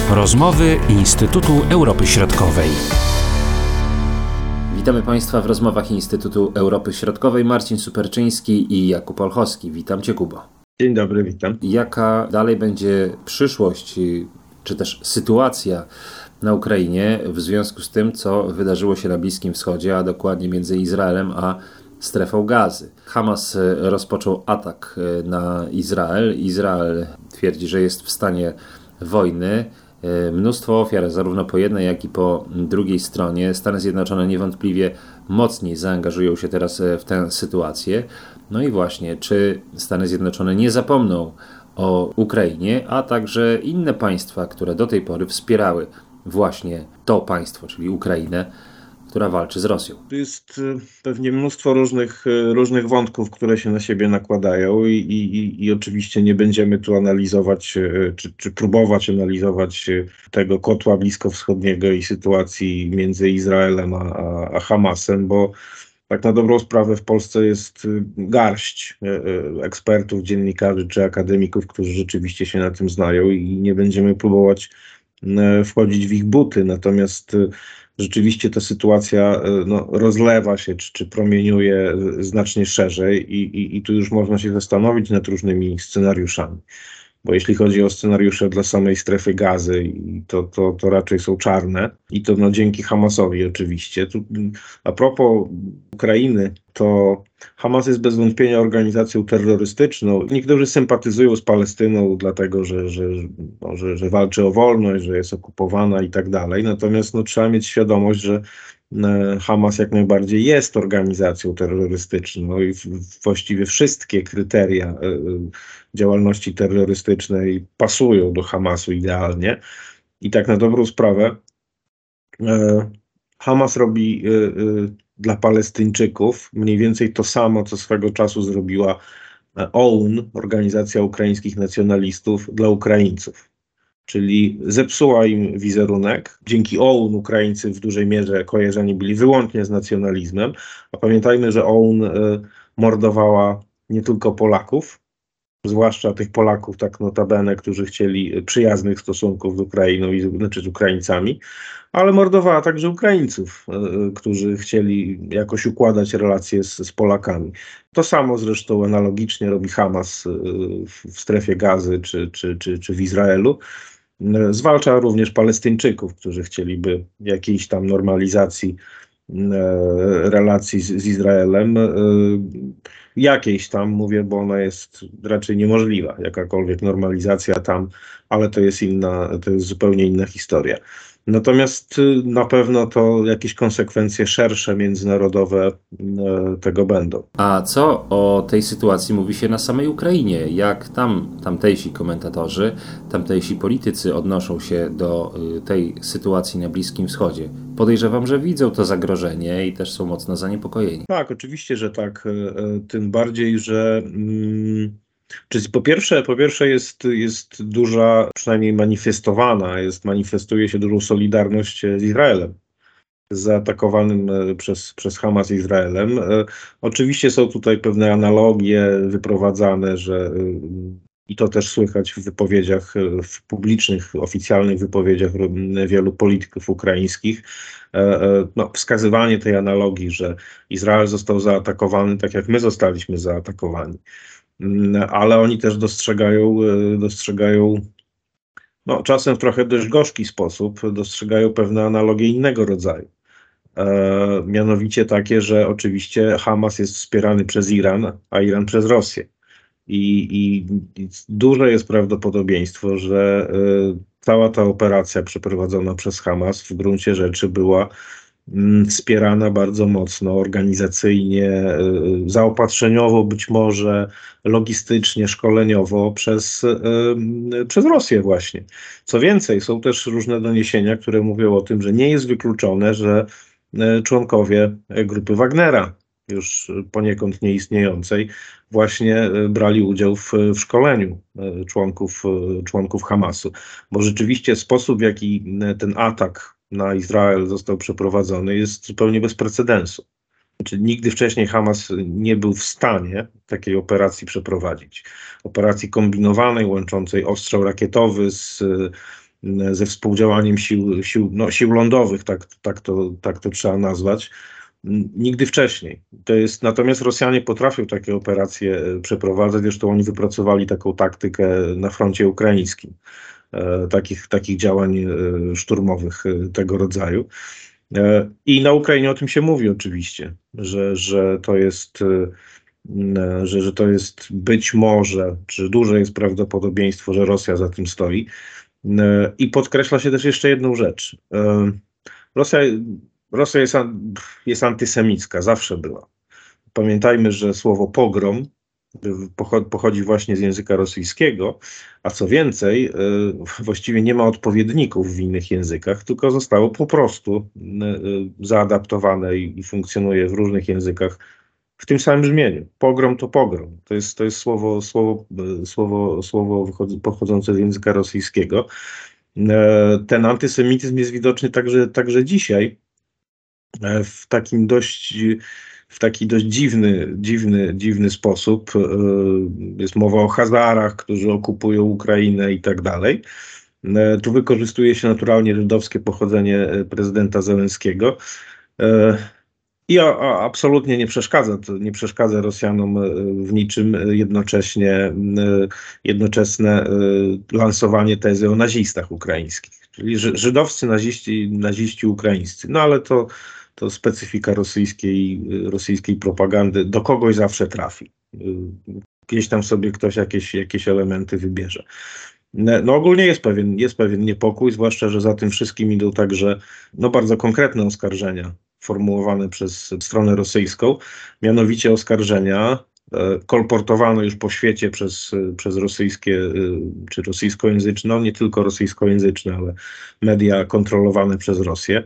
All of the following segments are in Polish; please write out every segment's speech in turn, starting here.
Rozmowy Instytutu Europy Środkowej. Witamy Państwa w rozmowach Instytutu Europy Środkowej. Marcin Superczyński i Jakub Olchowski. Witam Cię, Kubo. Dzień dobry, witam. Jaka dalej będzie przyszłość, czy też sytuacja na Ukrainie w związku z tym, co wydarzyło się na Bliskim Wschodzie, a dokładnie między Izraelem a strefą Gazy? Hamas rozpoczął atak na Izrael. Izrael twierdzi, że jest w stanie wojny. Mnóstwo ofiar zarówno po jednej, jak i po drugiej stronie. Stany Zjednoczone niewątpliwie mocniej zaangażują się teraz w tę sytuację. No i właśnie, czy Stany Zjednoczone nie zapomną o Ukrainie, a także inne państwa, które do tej pory wspierały właśnie to państwo, czyli Ukrainę, która walczy z Rosją. Tu jest pewnie mnóstwo różnych wątków, które się na siebie nakładają i oczywiście nie będziemy tu analizować, czy próbować analizować tego kotła bliskowschodniego i sytuacji między Izraelem a Hamasem, bo tak na dobrą sprawę w Polsce jest garść ekspertów, dziennikarzy czy akademików, którzy rzeczywiście się na tym znają i nie będziemy próbować wchodzić w ich buty. Natomiast rzeczywiście ta sytuacja rozlewa się czy promieniuje znacznie szerzej i tu już można się zastanowić nad różnymi scenariuszami. Bo jeśli chodzi o scenariusze dla samej strefy Gazy, to raczej są czarne i to dzięki Hamasowi oczywiście. A propos Ukrainy, to Hamas jest bez wątpienia organizacją terrorystyczną. Niektórzy sympatyzują z Palestyną dlatego, że walczy o wolność, że jest okupowana i tak dalej. Natomiast trzeba mieć świadomość, że Hamas jak najbardziej jest organizacją terrorystyczną i właściwie wszystkie kryteria działalności terrorystycznej pasują do Hamasu idealnie. I tak na dobrą sprawę Hamas robi dla Palestyńczyków mniej więcej to samo, co swego czasu zrobiła OUN, Organizacja Ukraińskich Nacjonalistów, dla Ukraińców. Czyli zepsuła im wizerunek. Dzięki OUN Ukraińcy w dużej mierze kojarzeni byli wyłącznie z nacjonalizmem. A pamiętajmy, że OUN mordowała nie tylko Polaków, zwłaszcza tych Polaków tak notabene, którzy chcieli przyjaznych stosunków z Ukrainą, znaczy z Ukraińcami, ale mordowała także Ukraińców, którzy chcieli jakoś układać relacje z Polakami. To samo zresztą analogicznie robi Hamas w strefie Gazy czy w Izraelu. Zwalcza również Palestyńczyków, którzy chcieliby jakiejś tam normalizacji relacji z Izraelem. Jakiejś tam, mówię, bo ona jest raczej niemożliwa, jakakolwiek normalizacja tam, ale to jest zupełnie inna historia. Natomiast na pewno to jakieś konsekwencje szersze, międzynarodowe tego będą. A co o tej sytuacji mówi się na samej Ukrainie? Jak tamtejsi komentatorzy, tamtejsi politycy odnoszą się do tej sytuacji na Bliskim Wschodzie? Podejrzewam, że widzą to zagrożenie i też są mocno zaniepokojeni. Tak, oczywiście, że tak. Tym bardziej, że czyli po pierwsze jest duża, przynajmniej manifestuje się dużą solidarność z Izraelem, z zaatakowanym przez Hamas Izraelem. Oczywiście są tutaj pewne analogie wyprowadzane, i to też słychać w wypowiedziach, w publicznych, oficjalnych wypowiedziach wielu polityków ukraińskich. Wskazywanie tej analogii, że Izrael został zaatakowany tak jak my zostaliśmy zaatakowani. Ale oni też dostrzegają czasem w trochę dość gorzki sposób, dostrzegają pewne analogie innego rodzaju. Mianowicie takie, że oczywiście Hamas jest wspierany przez Iran, a Iran przez Rosję. I duże jest prawdopodobieństwo, że cała ta operacja przeprowadzona przez Hamas w gruncie rzeczy była wspierana bardzo mocno, organizacyjnie, zaopatrzeniowo być może, logistycznie, szkoleniowo przez Rosję właśnie. Co więcej, są też różne doniesienia, które mówią o tym, że nie jest wykluczone, że członkowie grupy Wagnera, już poniekąd nieistniejącej, właśnie brali udział w szkoleniu członków Hamasu. Bo rzeczywiście sposób, w jaki ten atak na Izrael został przeprowadzony, jest zupełnie bez precedensu. Znaczy, nigdy wcześniej Hamas nie był w stanie takiej operacji przeprowadzić. Operacji kombinowanej, łączącej ostrzał rakietowy z ze współdziałaniem sił lądowych, tak to trzeba nazwać, nigdy wcześniej. Natomiast Rosjanie potrafią takie operacje przeprowadzać, zresztą oni wypracowali taką taktykę na froncie ukraińskim, takich działań szturmowych tego rodzaju. I na Ukrainie o tym się mówi oczywiście, że to jest, że to jest być może, czy duże jest prawdopodobieństwo, że Rosja za tym stoi. I podkreśla się też jeszcze jedną rzecz. Rosja jest antysemicka, zawsze była. Pamiętajmy, że słowo pogrom pochodzi właśnie z języka rosyjskiego, a co więcej, właściwie nie ma odpowiedników w innych językach, tylko zostało po prostu zaadaptowane i funkcjonuje w różnych językach w tym samym brzmieniu. Pogrom to pogrom. To jest słowo pochodzące z języka rosyjskiego. Ten antysemityzm jest widoczny także dzisiaj w taki dość dziwny sposób. Jest mowa o Hazarach, którzy okupują Ukrainę i tak dalej. Tu wykorzystuje się naturalnie żydowskie pochodzenie prezydenta Zełenskiego. I absolutnie nie przeszkadza Rosjanom w niczym jednoczesne lansowanie tezy o nazistach ukraińskich, czyli żydowscy naziści ukraińscy. No ale to specyfika rosyjskiej propagandy. Do kogoś zawsze trafi. Gdzieś tam sobie ktoś jakieś elementy wybierze. No ogólnie jest pewien niepokój, zwłaszcza, że za tym wszystkim idą także bardzo konkretne oskarżenia formułowane przez stronę rosyjską, mianowicie oskarżenia kolportowane już po świecie przez rosyjskie czy rosyjskojęzyczne, nie tylko rosyjskojęzyczne, ale media kontrolowane przez Rosję,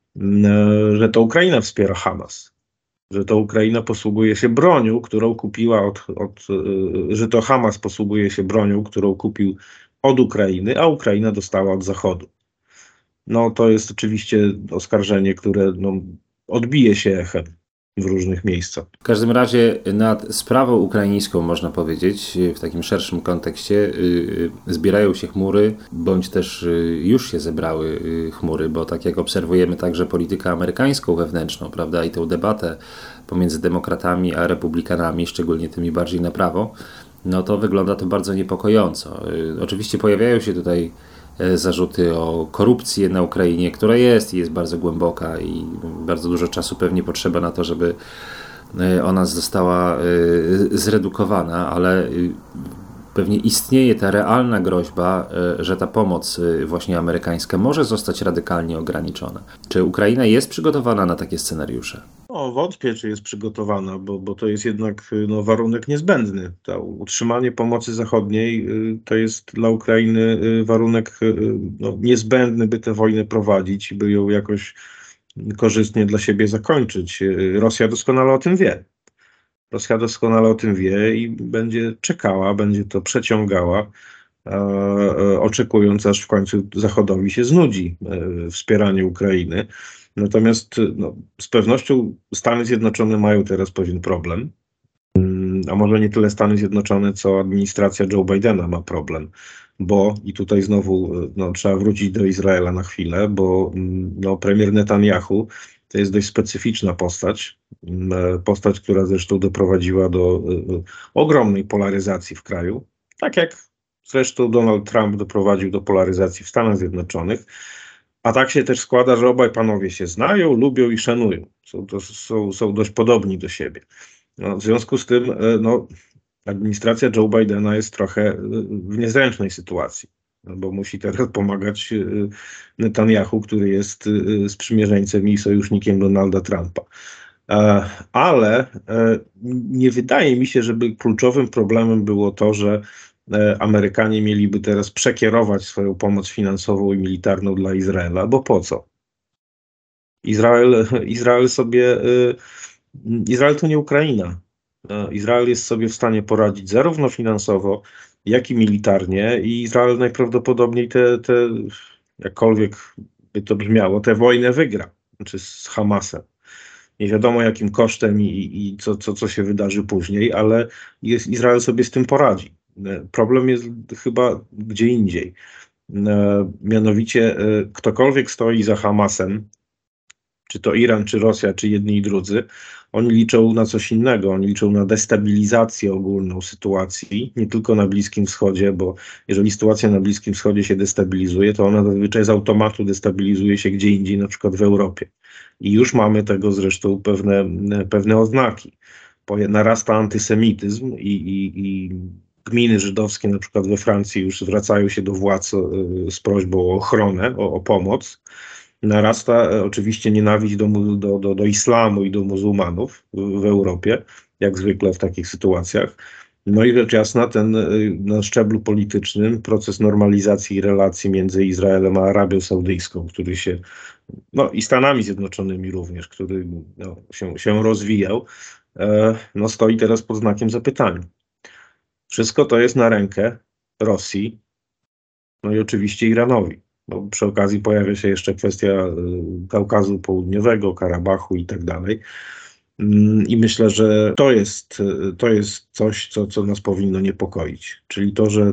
że to Ukraina wspiera Hamas, że to Ukraina posługuje się bronią, którą kupiła że to Hamas posługuje się bronią, którą kupił od Ukrainy, a Ukraina dostała od Zachodu. No to jest oczywiście oskarżenie, które odbije się echem w różnych miejscach. W każdym razie nad sprawą ukraińską, można powiedzieć, w takim szerszym kontekście zbierają się chmury, bądź też już się zebrały chmury, bo tak jak obserwujemy także politykę amerykańską wewnętrzną, prawda, i tę debatę pomiędzy demokratami a republikanami, szczególnie tymi bardziej na prawo, no to wygląda to bardzo niepokojąco. Oczywiście pojawiają się tutaj zarzuty o korupcję na Ukrainie, która jest bardzo głęboka i bardzo dużo czasu pewnie potrzeba na to, żeby ona została zredukowana, ale pewnie istnieje ta realna groźba, że ta pomoc właśnie amerykańska może zostać radykalnie ograniczona. Czy Ukraina jest przygotowana na takie scenariusze? Wątpię, czy jest przygotowana, bo to jest jednak warunek niezbędny. Utrzymanie pomocy zachodniej to jest dla Ukrainy warunek niezbędny, by tę wojnę prowadzić i by ją jakoś korzystnie dla siebie zakończyć. Rosja doskonale o tym wie. Rosja doskonale o tym wie i będzie czekała, będzie to przeciągała, oczekując, aż w końcu Zachodowi się znudzi wspieranie Ukrainy. Natomiast z pewnością Stany Zjednoczone mają teraz pewien problem, a może nie tyle Stany Zjednoczone, co administracja Joe Bidena ma problem, bo i tutaj znowu trzeba wrócić do Izraela na chwilę, bo premier Netanyahu to jest dość specyficzna postać, która zresztą doprowadziła do ogromnej polaryzacji w kraju, tak jak zresztą Donald Trump doprowadził do polaryzacji w Stanach Zjednoczonych. A tak się też składa, że obaj panowie się znają, lubią i szanują. Są dość podobni do siebie. W związku z tym administracja Joe Bidena jest trochę w niezręcznej sytuacji, bo musi teraz pomagać Netanyahu, który jest sprzymierzeńcem i sojusznikiem Donalda Trumpa. Ale nie wydaje mi się, żeby kluczowym problemem było to, że Amerykanie mieliby teraz przekierować swoją pomoc finansową i militarną dla Izraela, bo po co? Izrael to nie Ukraina. Izrael jest sobie w stanie poradzić zarówno finansowo, jak i militarnie i Izrael najprawdopodobniej jakkolwiek by to brzmiało, tę wojnę wygra, znaczy z Hamasem. Nie wiadomo jakim kosztem i co się wydarzy później, ale Izrael sobie z tym poradzi. Problem jest chyba gdzie indziej. Mianowicie ktokolwiek stoi za Hamasem, czy to Iran, czy Rosja, czy jedni i drudzy, oni liczą na coś innego. Oni liczą na destabilizację ogólną sytuacji, nie tylko na Bliskim Wschodzie, bo jeżeli sytuacja na Bliskim Wschodzie się destabilizuje, to ona zazwyczaj z automatu destabilizuje się gdzie indziej, na przykład w Europie. I już mamy tego zresztą pewne oznaki. Narasta antysemityzm i gminy żydowskie, na przykład we Francji, już zwracają się do władz z prośbą o ochronę, o pomoc. Narasta oczywiście nienawiść do islamu i do muzułmanów w Europie, jak zwykle w takich sytuacjach. No i rzecz jasna, na szczeblu politycznym proces normalizacji relacji między Izraelem a Arabią Saudyjską, który się, no i Stanami Zjednoczonymi również, który się rozwijał, stoi teraz pod znakiem zapytania. Wszystko to jest na rękę Rosji, no i oczywiście Iranowi. Bo przy okazji pojawia się jeszcze kwestia Kaukazu Południowego, Karabachu i tak dalej. I myślę, że to jest coś, co nas powinno niepokoić. Czyli to, że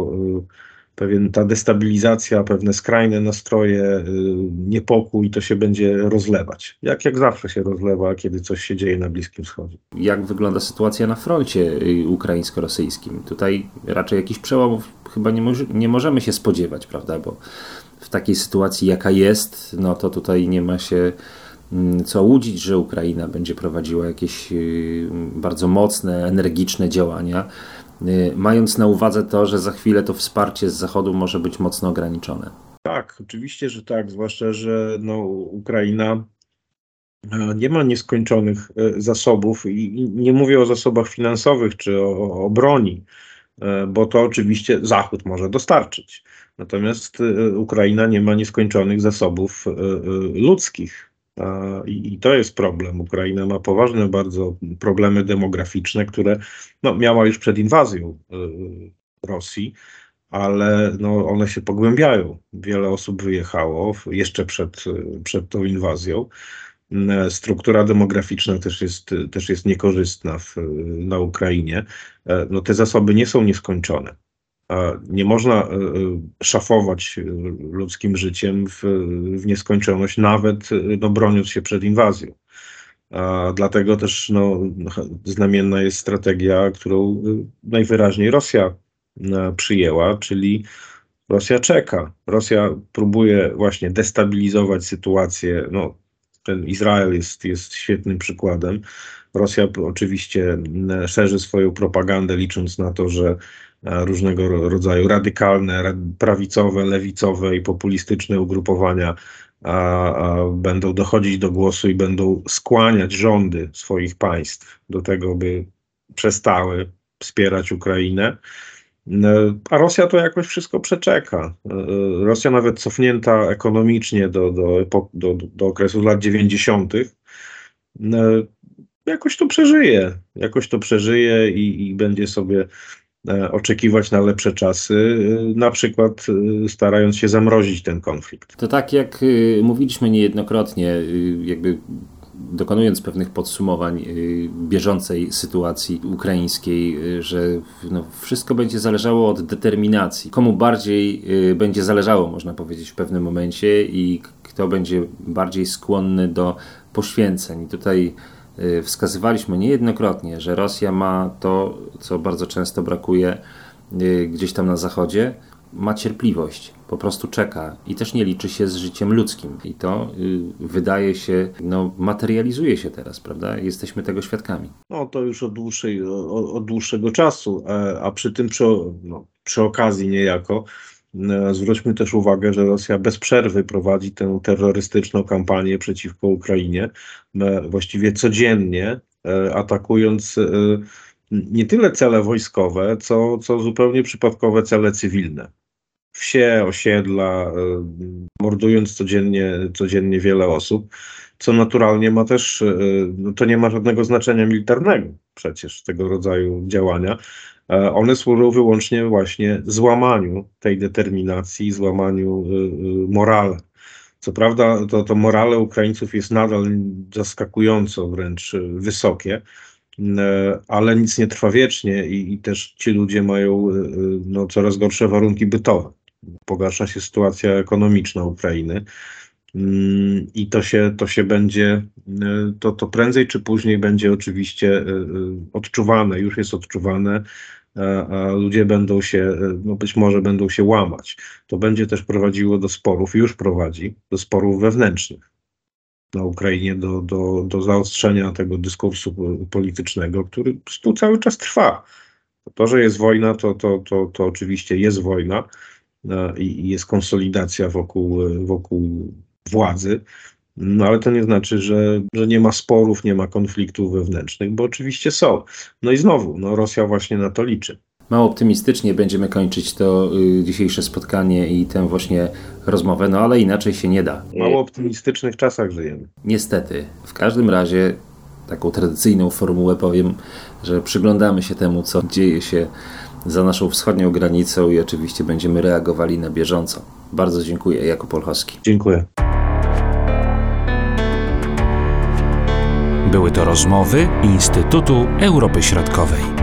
ta destabilizacja, pewne skrajne nastroje, niepokój, to się będzie rozlewać. Jak zawsze się rozlewa, kiedy coś się dzieje na Bliskim Wschodzie. Jak wygląda sytuacja na froncie ukraińsko-rosyjskim? Tutaj raczej jakichś przełomów chyba nie możemy się spodziewać, prawda? Bo w takiej sytuacji, jaka jest, no to tutaj nie ma się co łudzić, że Ukraina będzie prowadziła jakieś bardzo mocne, energiczne działania, mając na uwadze to, że za chwilę to wsparcie z Zachodu może być mocno ograniczone. Tak, oczywiście, że tak, zwłaszcza, że Ukraina nie ma nieskończonych zasobów i nie mówię o zasobach finansowych czy o broni, bo to oczywiście Zachód może dostarczyć. Natomiast Ukraina nie ma nieskończonych zasobów ludzkich. I to jest problem. Ukraina ma poważne bardzo problemy demograficzne, które miała już przed inwazją Rosji, ale one się pogłębiają. Wiele osób wyjechało jeszcze przed tą inwazją. Struktura demograficzna też jest niekorzystna na Ukrainie. Te zasoby nie są nieskończone. Nie można szafować ludzkim życiem w nieskończoność, nawet broniąc się przed inwazją. Dlatego też znamienna jest strategia, którą najwyraźniej Rosja przyjęła, czyli Rosja czeka. Rosja próbuje właśnie destabilizować sytuację. Ten Izrael jest świetnym przykładem. Rosja oczywiście szerzy swoją propagandę, licząc na to, że różnego rodzaju radykalne, prawicowe, lewicowe i populistyczne ugrupowania będą dochodzić do głosu i będą skłaniać rządy swoich państw do tego, by przestały wspierać Ukrainę. A Rosja to jakoś wszystko przeczeka. Rosja nawet cofnięta ekonomicznie do okresu lat 90. Jakoś to przeżyje i będzie sobie oczekiwać na lepsze czasy, na przykład starając się zamrozić ten konflikt. To tak jak mówiliśmy niejednokrotnie, jakby dokonując pewnych podsumowań bieżącej sytuacji ukraińskiej, że wszystko będzie zależało od determinacji. Komu bardziej będzie zależało, można powiedzieć, w pewnym momencie i kto będzie bardziej skłonny do poświęceń. I tutaj wskazywaliśmy niejednokrotnie, że Rosja ma to, co bardzo często brakuje gdzieś tam na Zachodzie, ma cierpliwość, po prostu czeka i też nie liczy się z życiem ludzkim. I to wydaje się, materializuje się teraz, prawda? Jesteśmy tego świadkami. To już od dłuższego czasu, a przy tym przy okazji niejako zwróćmy też uwagę, że Rosja bez przerwy prowadzi tę terrorystyczną kampanię przeciwko Ukrainie, właściwie codziennie atakując nie tyle cele wojskowe, co zupełnie przypadkowe cele cywilne. Wsie, osiedla, mordując codziennie wiele osób, co naturalnie ma też, to nie ma żadnego znaczenia militarnego przecież tego rodzaju działania. One służą wyłącznie właśnie złamaniu tej determinacji, złamaniu morale. Co prawda to morale Ukraińców jest nadal zaskakująco wręcz wysokie, ale nic nie trwa wiecznie i też ci ludzie mają coraz gorsze warunki bytowe. pogarsza się sytuacja ekonomiczna Ukrainy. I to się będzie, to prędzej czy później będzie oczywiście odczuwane, już jest odczuwane, a ludzie będą się, no być może będą się łamać. To będzie też prowadziło do sporów, już prowadzi do sporów wewnętrznych na Ukrainie, do zaostrzenia tego dyskursu politycznego, który tu cały czas trwa. To, że jest wojna, to oczywiście jest wojna i jest konsolidacja wokół władzy, no ale to nie znaczy, że nie ma sporów, nie ma konfliktów wewnętrznych, bo oczywiście są. No i znowu, no Rosja właśnie na to liczy. Mało optymistycznie będziemy kończyć to dzisiejsze spotkanie i tę właśnie rozmowę, no ale inaczej się nie da. W mało optymistycznych czasach żyjemy. Niestety. W każdym razie taką tradycyjną formułę powiem, że przyglądamy się temu, co dzieje się za naszą wschodnią granicą i oczywiście będziemy reagowali na bieżąco. Bardzo dziękuję. Jakub Olchowski. Dziękuję. Były to rozmowy Instytutu Europy Środkowej.